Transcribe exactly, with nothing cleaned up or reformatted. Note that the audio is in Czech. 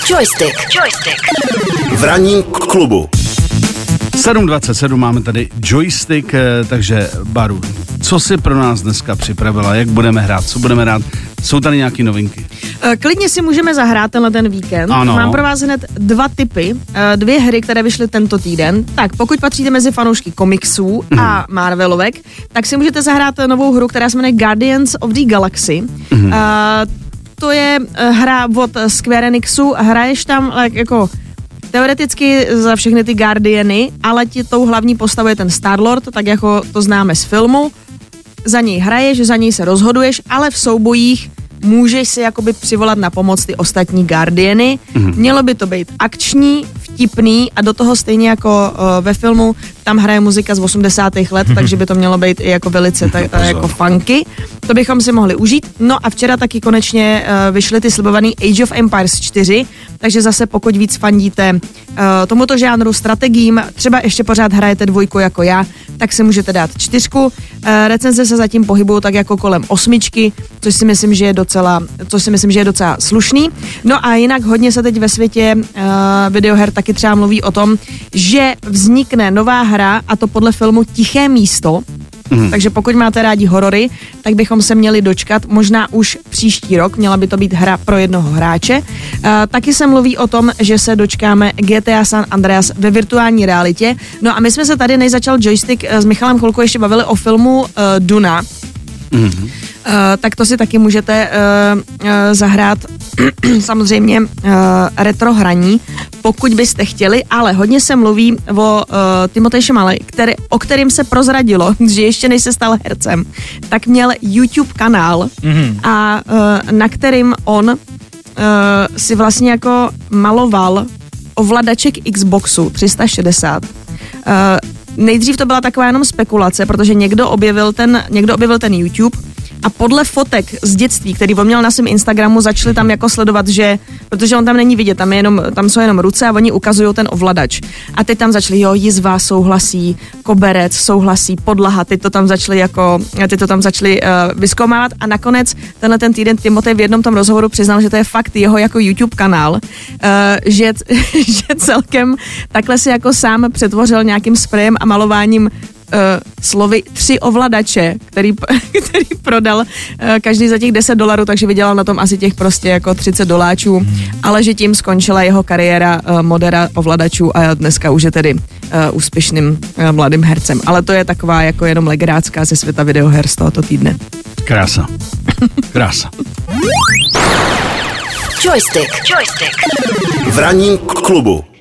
Joystick. Joystick. V ranním klubu. sedm dvacet sedm máme tady Joystick, takže Baru, co jsi pro nás dneska připravila, jak budeme hrát, co budeme hrát, jsou tady nějaké novinky? Klidně si můžeme zahrát tenhle ten víkend. Ano. Mám pro vás hned dva tipy, dvě hry, které vyšly tento týden. Tak pokud patříte mezi fanoušky komiksů mm. a Marvelovek, tak si můžete zahrát novou hru, která se jmenuje Guardians of the Galaxy. Mm. Uh, to je hra od Square Enixu, hraješ tam jako teoreticky za všechny ty Guardiany, ale ti tou hlavní postavou je ten Star-Lord, tak jako to známe z filmu. Za něj hraješ, za něj se rozhoduješ, ale v soubojích můžeš si jakoby přivolat na pomoc ty ostatní Guardiany. Mm. Mělo by to být akční, vtipný a do toho stejně jako uh, ve filmu tam hraje muzika z osmdesátých let, takže by to mělo být i jako velice ta, ta, jako funky. To bychom si mohli užít. No a včera taky konečně uh, vyšly ty slibovaný Age of Empires čtyři, takže zase pokud víc fandíte uh, tomuto žánru strategiím, třeba ještě pořád hrajete dvojku jako já, tak si můžete dát čtyřku. Uh, recenze se zatím pohybují tak jako kolem osmičky, což si myslím, že je docela, což si myslím, že je docela slušný. No a jinak hodně se teď ve světě uh, videoher taky třeba mluví o tom, že vznikne nová hra, a to podle filmu Tiché místo. Mm. Takže pokud máte rádi horory, tak bychom se měli dočkat možná už příští rok, měla by to být hra pro jednoho hráče. Uh, taky se mluví o tom, že se dočkáme G T A San Andreas ve virtuální realitě. No a my jsme se tady, než začal Joystick, s Michalem chvilku ještě bavili o filmu uh, Duna. Mm. Uh, tak to si taky můžete uh, uh, zahrát samozřejmě uh, retro hraní, pokud byste chtěli, ale hodně se mluví o uh, Timothée Chalamet, který, o kterým se prozradilo, že ještě než se stal hercem, tak měl YouTube kanál mm-hmm. a uh, na kterým on uh, si vlastně jako maloval ovladaček Xboxu tři sta šedesát. Uh, nejdřív to byla taková jenom spekulace, protože někdo objevil ten, někdo objevil ten YouTube a podle fotek z dětství, který on měl na svém Instagramu, začali tam jako sledovat, že, protože on tam není vidět, tam, je jenom, tam jsou jenom ruce a oni ukazují ten ovladač. A teď tam začali, jo, jizva souhlasí, koberec souhlasí, podlaha, teď to tam začali jako, teď to tam začali uh, vyzkoumávat a nakonec tenhle ten týden Timothée v jednom tom rozhovoru přiznal, že to je fakt jeho jako YouTube kanál, uh, že, že celkem takhle si jako sám přetvořil nějakým sprejem a malováním Uh, slovy tři ovladače, který, který prodal uh, každý za těch deset dolarů, takže vydělal na tom asi těch prostě jako třicet doláčů, hmm. ale že tím skončila jeho kariéra uh, modera ovladačů a dneska už je tedy uh, úspěšným uh, mladým hercem. Ale to je taková jako jenom legerácká ze světa videoher z tohoto týdne. Krása. Krása. Joystick. Joystick. V ranním klubu.